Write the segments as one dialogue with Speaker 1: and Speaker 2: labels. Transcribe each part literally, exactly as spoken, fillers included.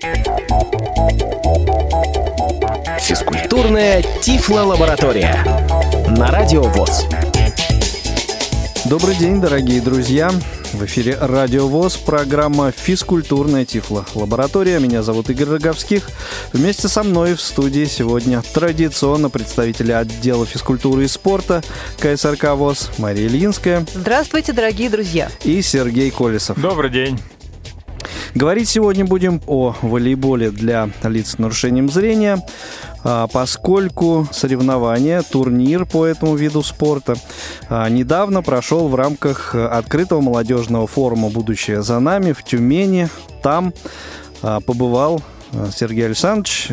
Speaker 1: Физкультурная Тифло-лаборатория на Радио ВОС.
Speaker 2: Добрый день, дорогие друзья! В эфире Радио ВОС, программа «Физкультурная Тифло-лаборатория». Меня зовут Игорь Роговских. Вместе со мной в студии сегодня традиционно представители отдела физкультуры и спорта ка эс эр ка ВОС Мария Ильинская.
Speaker 3: Здравствуйте, дорогие друзья!
Speaker 2: И Сергей Колесов.
Speaker 4: Добрый день!
Speaker 2: Говорить сегодня будем о волейболе для лиц с нарушением зрения, поскольку соревнования, турнир по этому виду спорта недавно прошел в рамках открытого молодежного форума «Будущее за нами» в Тюмени. Там побывал Сергей Александрович,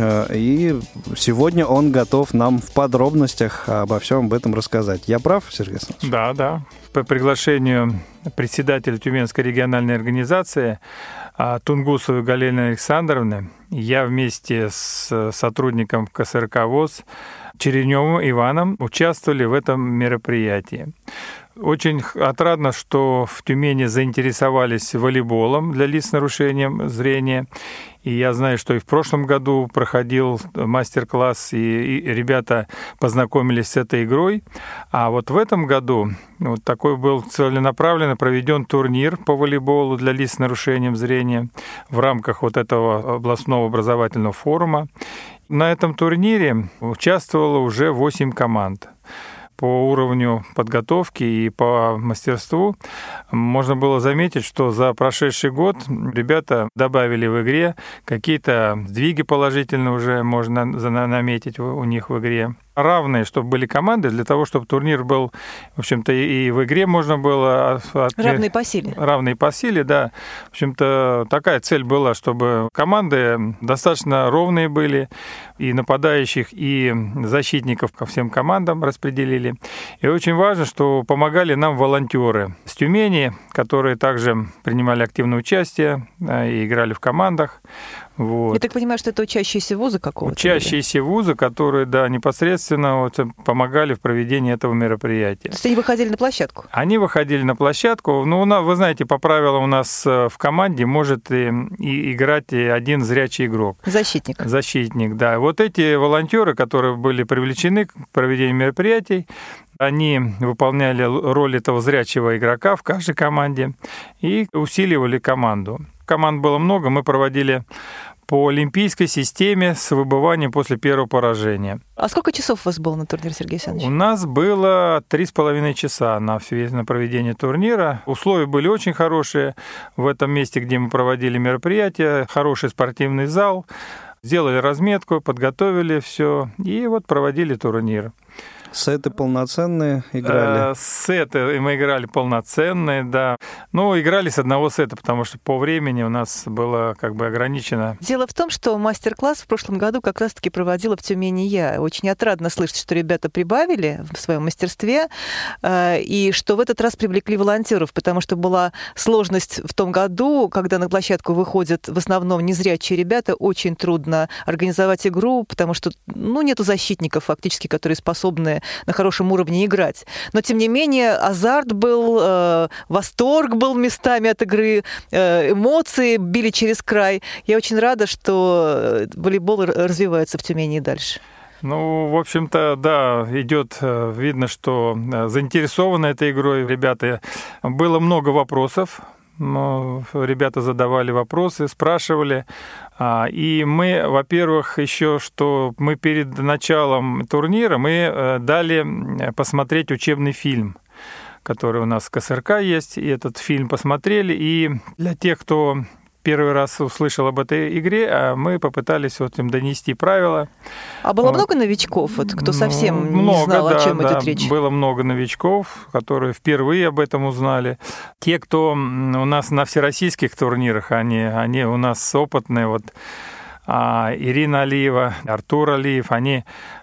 Speaker 2: и сегодня он готов нам в подробностях обо всем об этом рассказать. Я прав, Сергей Александрович?
Speaker 4: Да, да. По приглашению председателя Тюменской региональной организации Тунгусовой Галины Александровны я вместе с сотрудником ка эс эр ка ВОС Череневым Иваном участвовали в этом мероприятии. Очень отрадно, что в Тюмени заинтересовались волейболом для лиц с нарушением зрения. И я знаю, что и в прошлом году проходил мастер-класс, и, и ребята познакомились с этой игрой. А вот в этом году вот такой был целенаправленно проведен турнир по волейболу для лиц с нарушением зрения в рамках вот этого областного образовательного форума. На этом турнире участвовало уже восемь команд. По уровню подготовки и по мастерству можно было заметить, что за прошедший год ребята добавили в игре какие-то сдвиги положительные уже можно наметить у них в игре. Равные, чтобы были команды, для того, чтобы турнир был, в общем-то, и в игре можно было... От...
Speaker 3: Равные по силе.
Speaker 4: Равные по силе, да. В общем-то, такая цель была, чтобы команды достаточно ровные были, и нападающих, и защитников ко всем командам распределили. И очень важно, что помогали нам волонтеры с Тюмени, которые также принимали активное участие и играли в командах. Вот.
Speaker 3: Я так понимаю, что это учащиеся вуза какого-то?
Speaker 4: Учащиеся были? вуза, которые, да, непосредственно вот помогали в проведении этого мероприятия.
Speaker 3: То есть они выходили на площадку?
Speaker 4: Они выходили на площадку. Ну, вы знаете, по правилам у нас в команде может и, и играть один зрячий игрок.
Speaker 3: Защитник.
Speaker 4: Защитник, да. Вот эти волонтеры, которые были привлечены к проведению мероприятий, они выполняли роль этого зрячего игрока в каждой команде и усиливали команду. Команд было много, мы проводили по олимпийской системе с выбыванием после первого поражения.
Speaker 3: А сколько часов у вас было на турнире, Сергей Александрович?
Speaker 4: У нас было три с половиной часа на, на проведение турнира. Условия были очень хорошие в этом месте, где мы проводили мероприятие. Хороший спортивный зал. Сделали разметку, подготовили все и вот проводили турнир.
Speaker 2: Сеты полноценные играли?
Speaker 4: Сеты мы играли полноценные, да. Ну, играли с одного сета, потому что по времени у нас было как бы ограничено.
Speaker 3: Дело в том, что мастер-класс в прошлом году как раз-таки проводила в Тюмени я. Очень отрадно слышать, что ребята прибавили в своем мастерстве, и что в этот раз привлекли волонтеров, потому что была сложность в том году, когда на площадку выходят в основном незрячие ребята, очень трудно организовать игру, потому что ну, нету защитников фактически, которые способны на хорошем уровне играть. Но, тем не менее, азарт был, э, восторг был местами от игры, э, эмоции били через край. Я очень рада, что волейбол развивается в Тюмени и дальше.
Speaker 4: Ну, в общем-то, да, идет, видно, что заинтересованы этой игрой ребята. Было много вопросов. Ребята задавали вопросы, спрашивали. И мы, во-первых, еще, что мы перед началом турнира мы дали посмотреть учебный фильм, который у нас в ка эс эр ка есть. И этот фильм посмотрели. И для тех, кто первый раз услышал об этой игре, мы попытались вот им донести правила.
Speaker 3: А было много новичков, вот, кто совсем ну, много, не знал,
Speaker 4: да,
Speaker 3: о чем
Speaker 4: да,
Speaker 3: идет речь?
Speaker 4: Было много новичков, которые впервые об этом узнали. Те, кто у нас на всероссийских турнирах, они, они у нас опытные, вот Ирина Алиева, Артур Алиев, они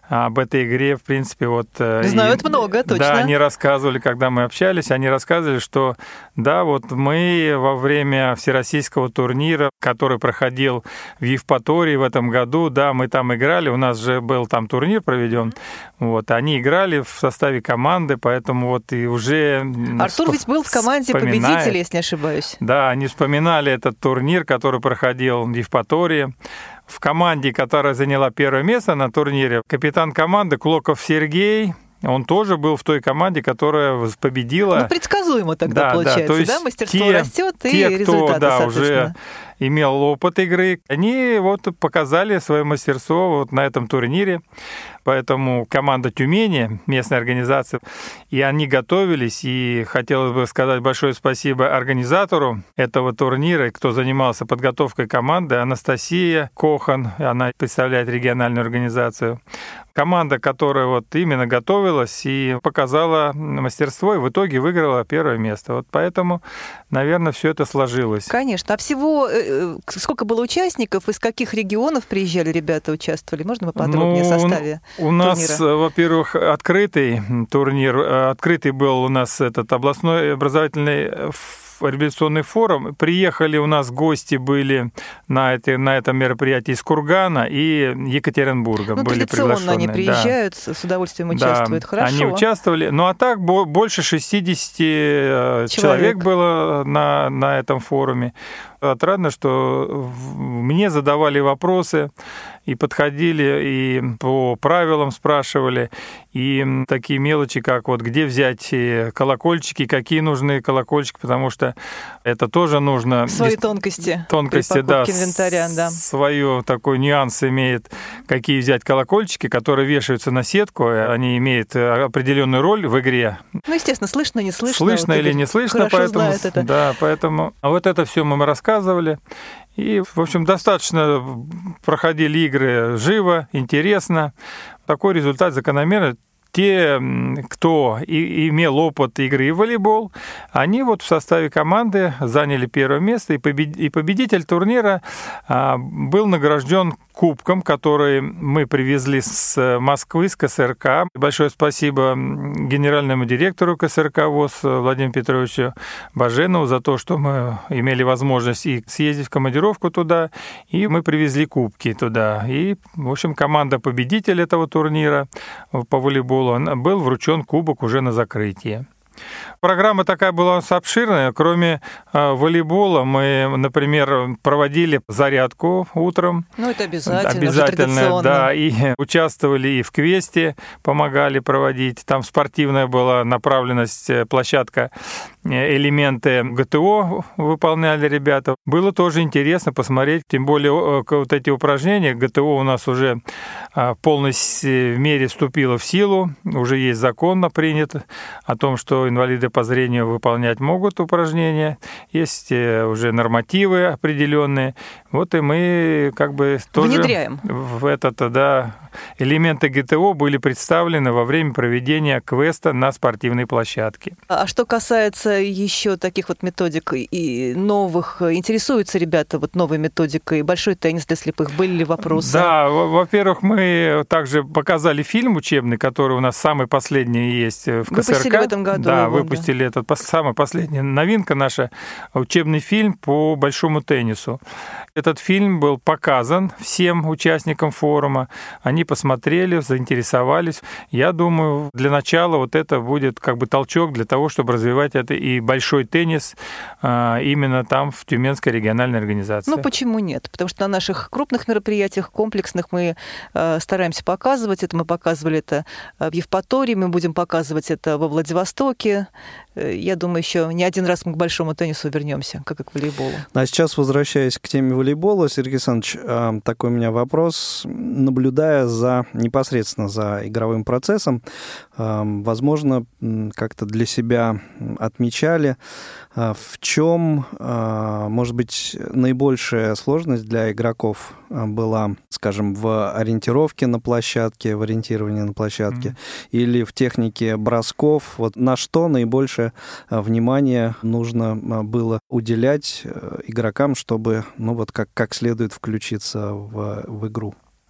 Speaker 4: об этой игре, в принципе, вот...
Speaker 3: Знают и, много, точно.
Speaker 4: Да, они рассказывали, когда мы общались, они рассказывали, что, да, вот мы во время всероссийского турнира, который проходил в Евпатории в этом году, да, мы там играли, у нас же был там турнир проведен, вот, они играли в составе команды, поэтому вот и уже...
Speaker 3: Артур ведь был в команде победителей, если не ошибаюсь.
Speaker 4: Да, они вспоминали этот турнир, который проходил в Евпатории. В команде, которая заняла первое место на турнире, капитан команды Клоков Сергей, он тоже был в той команде, которая победила.
Speaker 3: Ну, предсказуемо тогда
Speaker 4: да,
Speaker 3: получается,
Speaker 4: да? То есть
Speaker 3: да? Мастерство
Speaker 4: те,
Speaker 3: растет, и
Speaker 4: те,
Speaker 3: результаты,
Speaker 4: кто, да,
Speaker 3: соответственно.
Speaker 4: уже имел опыт игры, они вот показали свое мастерство вот на этом турнире. Поэтому команда Тюмени, местная организация, и они готовились, и хотелось бы сказать большое спасибо организатору этого турнира, кто занимался подготовкой команды, Анастасия Кохан, она представляет региональную организацию. Команда, которая вот именно готовилась и показала мастерство, и в итоге выиграла первое место. Вот поэтому, наверное, все это сложилось.
Speaker 3: Конечно. А всего сколько было участников, из каких регионов приезжали ребята, участвовали? Можно поподробнее
Speaker 4: ну,
Speaker 3: о составе
Speaker 4: У
Speaker 3: турнира?
Speaker 4: нас, во-первых, открытый турнир. Открытый был у нас этот областной образовательный реабилитационный форум. Приехали у нас гости были на, это, на этом мероприятии из Кургана и Екатеринбурга.
Speaker 3: Ну,
Speaker 4: были
Speaker 3: традиционно они приезжают,
Speaker 4: да.
Speaker 3: с удовольствием участвуют.
Speaker 4: Да,
Speaker 3: хорошо.
Speaker 4: Они участвовали. Ну, а так больше шестьдесят человек, человек было на, на этом форуме. Отрадно, что мне задавали вопросы и подходили, и по правилам спрашивали, и такие мелочи, как вот где взять колокольчики, какие нужны колокольчики, потому что это тоже нужно...
Speaker 3: Свои тонкости.
Speaker 4: Тонкости, да.
Speaker 3: Инвентаря, да.
Speaker 4: Свою такой нюанс имеет, какие взять колокольчики, которые вешаются на сетку, они имеют определенную роль в игре.
Speaker 3: Ну, естественно, слышно, не слышно.
Speaker 4: Слышно вот или не слышно, поэтому... Это. Да, поэтому... А вот это все мы рассказывали. И, в общем, достаточно проходили игры живо, интересно. Такой результат закономерный. Те, кто и, имел опыт игры в волейбол, они вот в составе команды заняли первое место, и, побед, и победитель турнира а, был награжден кубком, который мы привезли с Москвы, с ка эс эр ка. Большое спасибо генеральному директору ка эс эр ка ВОС Владимиру Петровичу Баженову за то, что мы имели возможность и съездить в командировку туда, и мы привезли кубки туда. И, в общем, команда победитель этого турнира по волейболу был вручен кубок уже на закрытие. Программа такая была обширная. Кроме э, волейбола мы, например, проводили зарядку утром.
Speaker 3: Ну, это обязательно.
Speaker 4: Обязательно, да. И участвовали и в квесте, помогали проводить. Там спортивная была направленность, площадка, элементы гэ тэ о выполняли ребята. Было тоже интересно посмотреть. Тем более вот эти упражнения. гэ тэ о у нас уже в полной мере вступило в силу. Уже есть закон принят о том, что инвалиды по зрению выполнять могут упражнения, есть уже нормативы определенные. Вот и мы как бы тоже
Speaker 3: внедряем.
Speaker 4: В этот, да, элементы гэ тэ о были представлены во время проведения квеста на спортивной площадке.
Speaker 3: А что касается еще таких вот методик и новых, интересуются ребята вот новой методикой, большой теннис для слепых, были ли вопросы?
Speaker 4: Да, во-первых, мы также показали фильм учебный, который у нас самый последний есть в ка эс эр ка.
Speaker 3: Выпустили в этом году.
Speaker 4: Да,
Speaker 3: его,
Speaker 4: выпустили
Speaker 3: да.
Speaker 4: этот самый последний новинка наша, учебный фильм по большому теннису. Этот фильм был показан всем участникам форума. Они посмотрели, заинтересовались. Я думаю, для начала вот это будет как бы толчок для того, чтобы развивать это и большой теннис именно там, в Тюменской региональной организации.
Speaker 3: Ну, почему нет? Потому что на наших крупных мероприятиях, комплексных, мы стараемся показывать это. Мы показывали это в Евпатории, мы будем показывать это во Владивостоке. Я думаю, еще не один раз мы к большому теннису вернемся, как и к волейболу.
Speaker 2: А сейчас, возвращаясь к теме волейбола, Сергей Александрович, такой у меня вопрос. Наблюдая за непосредственно за игровым процессом, возможно, как-то для себя отмечали, в чем, может быть, наибольшая сложность для игроков была, скажем, в ориентировке на площадке, в ориентировании на площадке, mm-hmm. или в технике бросков. Вот на что наибольшее внимание нужно было уделять игрокам, чтобы, ну вот, как, как следует включиться в, в игру?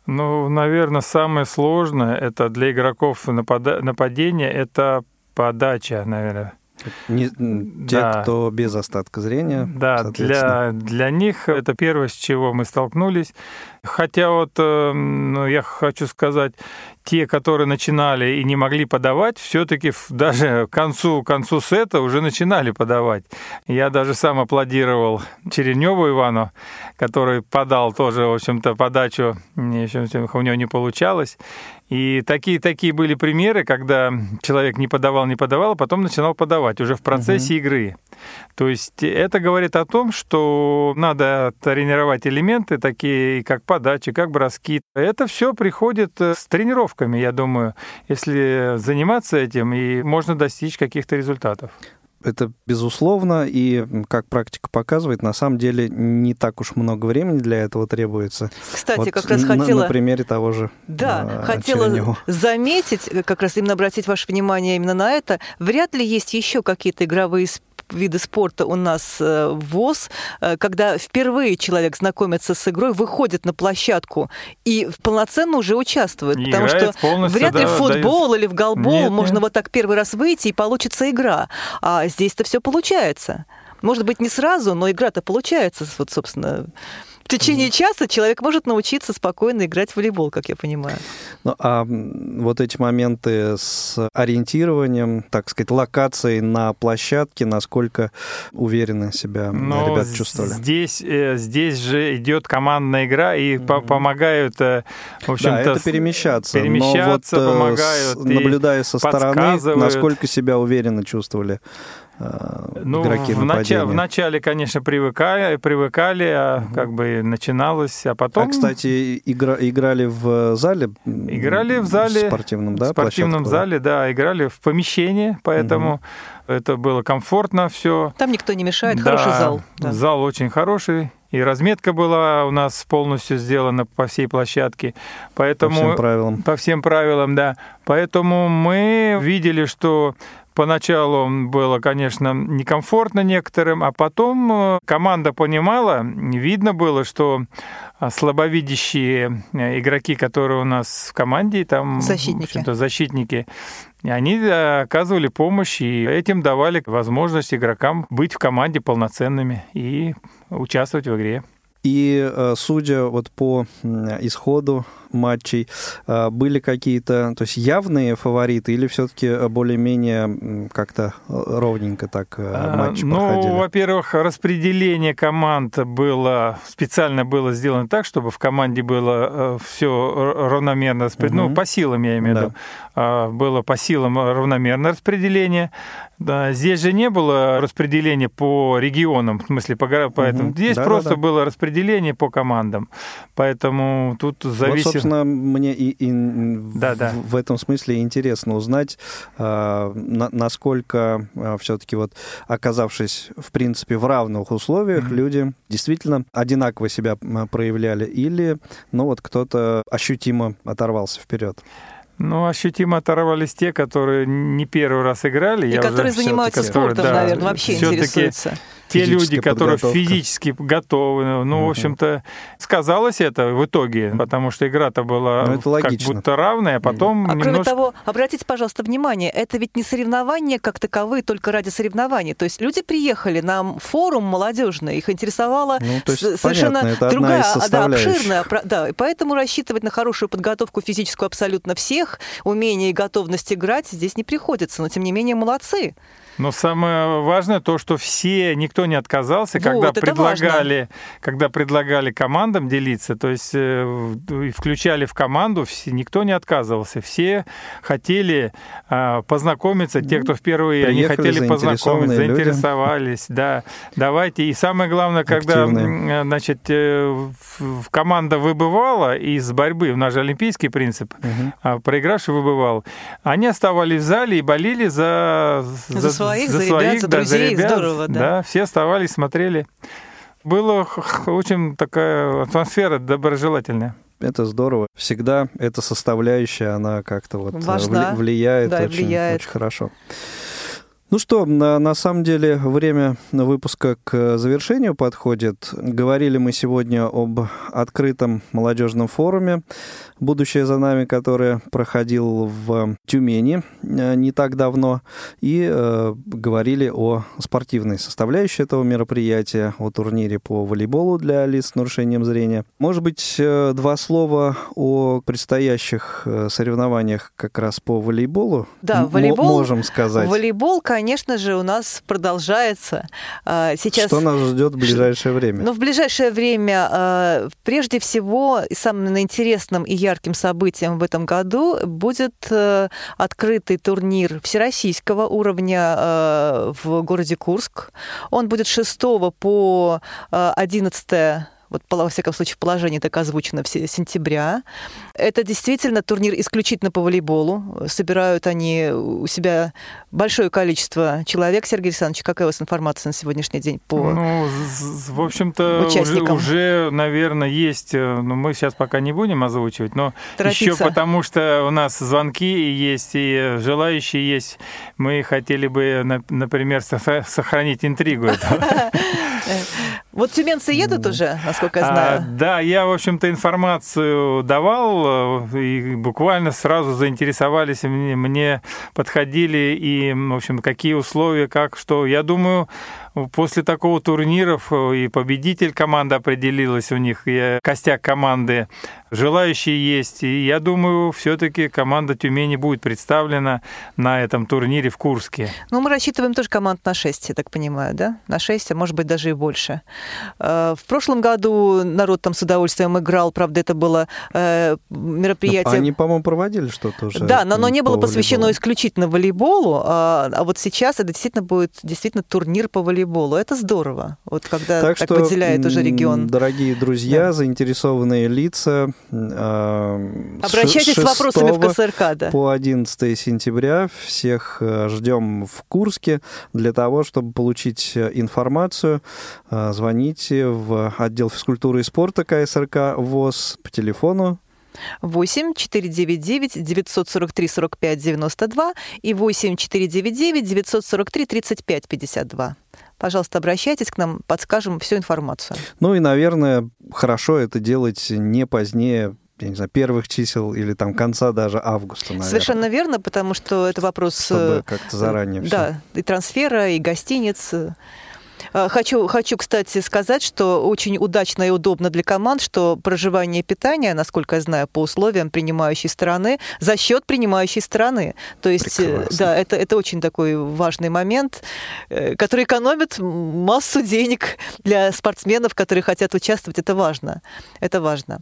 Speaker 4: Ну, наверное, самое сложное это для игроков напада- нападения это подача, наверное.
Speaker 2: Не, те,
Speaker 4: да.
Speaker 2: кто без остатка зрения.
Speaker 4: Да, для, для них это первое, с чего мы столкнулись. Хотя вот, ну, я хочу сказать, те, которые начинали и не могли подавать, все-таки даже к концу, к концу сета уже начинали подавать. Я даже сам аплодировал Черенёву Ивану, который подал тоже, в общем-то, подачу, в общем-то, у него не получалось. И такие, такие были примеры, когда человек не подавал, не подавал, а потом начинал подавать уже в процессе угу. игры. То есть это говорит о том, что надо тренировать элементы такие, как подачи, как броски. Это все приходит с тренировками, я думаю, если заниматься этим, и можно достичь каких-то результатов.
Speaker 2: Это безусловно, и, как практика показывает, на самом деле не так уж много времени для этого требуется.
Speaker 3: Кстати,
Speaker 2: вот
Speaker 3: как раз
Speaker 2: на,
Speaker 3: хотела...
Speaker 2: На примере того же
Speaker 3: Да,
Speaker 2: а,
Speaker 3: хотела
Speaker 2: Черенёва.
Speaker 3: заметить, как раз именно обратить ваше внимание именно на это. Вряд ли есть еще какие-то игровые виды спорта у нас в ВОС, когда впервые человек знакомится с игрой, выходит на площадку и полноценно уже участвует.
Speaker 4: И
Speaker 3: потому что вряд ли
Speaker 4: да,
Speaker 3: в футбол
Speaker 4: дает...
Speaker 3: или в голбол
Speaker 4: нет,
Speaker 3: можно
Speaker 4: нет.
Speaker 3: вот так первый раз выйти и получится игра. А здесь-то все получается. Может быть, не сразу, но игра-то получается. Вот, собственно, в течение часа человек может научиться спокойно играть в волейбол, как я понимаю.
Speaker 2: Ну, а вот эти моменты с ориентированием, так сказать, локацией на площадке, насколько уверенно себя
Speaker 4: Но
Speaker 2: ребята чувствовали?
Speaker 4: Здесь, здесь же идет командная игра, и mm-hmm. помогают, в общем-то,
Speaker 2: да, это перемещаться.
Speaker 4: перемещаться
Speaker 2: но вот,
Speaker 4: помогают,
Speaker 2: наблюдая со стороны, насколько себя уверенно чувствовали
Speaker 4: ну,
Speaker 2: игроки
Speaker 4: в,
Speaker 2: нападения.
Speaker 4: Нач... в начале, конечно, привыкали, привыкали а угу. как бы начиналось, а потом...
Speaker 2: А, кстати, игра... играли в зале?
Speaker 4: Играли в зале.
Speaker 2: В спортивном, да?
Speaker 4: В спортивном зале, да, играли в помещении, поэтому угу. это было комфортно все.
Speaker 3: Там никто не мешает,
Speaker 4: да,
Speaker 3: хороший зал. Да.
Speaker 4: Зал очень хороший. И разметка была у нас полностью сделана по всей площадке. Поэтому,
Speaker 2: по всем правилам.
Speaker 4: По всем правилам, да. Поэтому мы видели, что поначалу было, конечно, некомфортно некоторым, а потом команда понимала, видно было, что слабовидящие игроки, которые у нас в команде, там,
Speaker 3: защитники,
Speaker 4: в общем-то, защитники, они оказывали помощь и этим давали возможность игрокам быть в команде полноценными и участвовать в игре.
Speaker 2: И судя вот по исходу матчей, были какие-то, то есть явные фавориты или все-таки более-менее как-то ровненько так матчи
Speaker 4: ну,
Speaker 2: проходили?
Speaker 4: Ну, во-первых, распределение команд было, специально было сделано так, чтобы в команде было все равномерно распределено, угу. ну, по силам я имею в виду, да. было по силам равномерное распределение. Да, здесь же не было распределения по регионам, в смысле, по, поэтому угу. здесь да, просто да, да. было распределение по командам, поэтому тут зависит...
Speaker 2: Вот, собственно, мне и, и
Speaker 4: да,
Speaker 2: в,
Speaker 4: да.
Speaker 2: в этом смысле интересно узнать, а, на, насколько а, все-таки вот оказавшись, в принципе, в равных условиях, mm-hmm. люди действительно одинаково себя проявляли или, ну вот, кто-то ощутимо оторвался вперед.
Speaker 4: Ну, ощутимо оторвались те, которые не первый раз играли.
Speaker 3: И
Speaker 4: я
Speaker 3: которые
Speaker 4: уже
Speaker 3: занимаются
Speaker 4: которые,
Speaker 3: спортом,
Speaker 4: да,
Speaker 3: наверное, вообще интересуются.
Speaker 4: Те люди, которые физически готовы, ну, uh-huh. в общем-то, сказалось это в итоге, потому что игра-то была ну, как будто равная, а потом
Speaker 3: uh-huh.
Speaker 4: немножко...
Speaker 3: А кроме того, обратите, пожалуйста, внимание, это ведь не соревнования как таковые только ради соревнований. То есть люди приехали на форум молодежный, их интересовала ну, то есть, совершенно
Speaker 2: понятно,
Speaker 3: другая, да, обширная, да, и поэтому рассчитывать на хорошую подготовку физическую абсолютно всех, умение и готовность играть здесь не приходится, но тем не менее молодцы.
Speaker 4: Но самое важное то, что все, никто не отказался, вот, когда предлагали, когда предлагали командам делиться, то есть э, включали в команду, все, никто не отказывался, все хотели э, познакомиться, те, кто впервые,
Speaker 2: приехали,
Speaker 4: они хотели познакомиться, заинтересовались,
Speaker 2: люди.
Speaker 4: Да, давайте. И самое главное, когда, активные. Значит, э, команда выбывала из борьбы, у нас же олимпийский принцип, угу. проигравший выбывал, они оставались в зале и болели за,
Speaker 3: за, за своих,
Speaker 4: за,
Speaker 3: за
Speaker 4: своих,
Speaker 3: ребят, за
Speaker 4: да,
Speaker 3: друзей,
Speaker 4: за ребят,
Speaker 3: здорово, да.
Speaker 4: Да, все оставались, смотрели. Была очень такая атмосфера доброжелательная.
Speaker 2: Это здорово. Всегда эта составляющая, она как-то вот
Speaker 3: важна,
Speaker 2: влияет,
Speaker 3: да,
Speaker 2: очень,
Speaker 3: влияет.
Speaker 2: очень хорошо. Ну что, на, на самом деле время выпуска к завершению подходит. Говорили мы сегодня об открытом молодежном форуме «Будущее за нами», который проходил в Тюмени не так давно, и э, говорили о спортивной составляющей этого мероприятия, о турнире по волейболу для лиц с нарушением зрения. Может быть, э, два слова о предстоящих соревнованиях как раз по волейболу?
Speaker 3: Да,
Speaker 2: М-
Speaker 3: волейбол,
Speaker 2: можем сказать.
Speaker 3: Волейбол, конечно же, у нас продолжается. Сейчас...
Speaker 2: Что нас ждет в ближайшее время?
Speaker 3: Ну, в ближайшее время, прежде всего, самым интересным и ярким событием в этом году будет открытый турнир всероссийского уровня в городе Курск. Он будет с шестого по одиннадцатое, вот, во всяком случае, в положении так озвучено, в сентября. Это действительно турнир исключительно по волейболу. Собирают они у себя большое количество человек. Сергей Александрович, какая у вас информация на сегодняшний день по
Speaker 4: Ну, в общем-то, уже, уже, наверное, есть, но мы сейчас пока не будем озвучивать, но торопиться. Еще потому, что у нас звонки есть и желающие есть. Мы хотели бы, например, сохранить интригу этого.
Speaker 3: Вот тюменцы едут уже, насколько я знаю.
Speaker 4: А, да, я, в общем-то, информацию давал, и буквально сразу заинтересовались, мне, мне подходили, и, в общем, какие условия, как, что. Я думаю, после такого турнира и победитель команды определилась у них, и костяк команды, желающие есть. И я думаю, все-таки команда Тюмени будет представлена на этом турнире в Курске.
Speaker 3: Ну, мы рассчитываем тоже команд на шесть, я так понимаю, да? На шесть, а может быть, даже и больше. В прошлом году народ там с удовольствием играл, правда, это было мероприятие...
Speaker 2: Они, по-моему, проводили что-то уже.
Speaker 3: Да, но оно не было посвящено волейболу. Исключительно волейболу, а, а вот сейчас это действительно будет действительно турнир по волейболу. Это здорово, вот когда так, так что, выделяет уже регион.
Speaker 2: Дорогие друзья, да. заинтересованные лица,
Speaker 3: обращайтесь с вопросами в ка эс эр ка, да.
Speaker 2: По одиннадцатое сентября всех ждем в Курске для того, чтобы получить информацию. Звоните в отдел физкультуры и спорта ка эс эр ка ВОС по телефону
Speaker 3: восемь четыре девять девять девятьсот сорок три сорок пять девяносто два и восемь четыре девять девять девятьсот сорок три тридцать пять пятьдесят два. Пожалуйста, обращайтесь к нам, подскажем всю информацию.
Speaker 2: Ну и, наверное, хорошо это делать не позднее, я не знаю, первых чисел или там конца даже августа, наверное.
Speaker 3: Совершенно верно, потому что это вопрос...
Speaker 2: Чтобы как-то заранее все.
Speaker 3: Да, и трансфера, и гостиниц. Хочу, хочу, кстати, сказать, что очень удачно и удобно для команд, что проживание и питание, насколько я знаю, по условиям принимающей стороны, за счет принимающей стороны. То есть, прекрасно. Да, это, это очень такой важный момент, который экономит массу денег для спортсменов, которые хотят участвовать. Это важно. Это важно.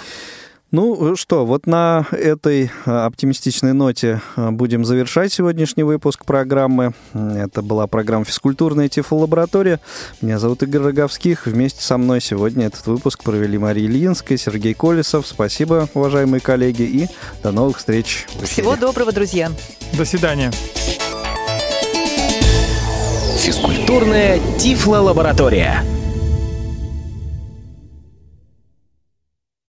Speaker 2: Ну что, вот на этой оптимистичной ноте будем завершать сегодняшний выпуск программы. Это была программа «Физкультурная тифлолаборатория». Меня зовут Игорь Роговских. Вместе со мной сегодня этот выпуск провели Мария Ильинская, Сергей Колесов. Спасибо, уважаемые коллеги, и до новых встреч в эфире.
Speaker 3: Всего доброго, друзья.
Speaker 4: До свидания.
Speaker 1: Физкультурная тифлолаборатория.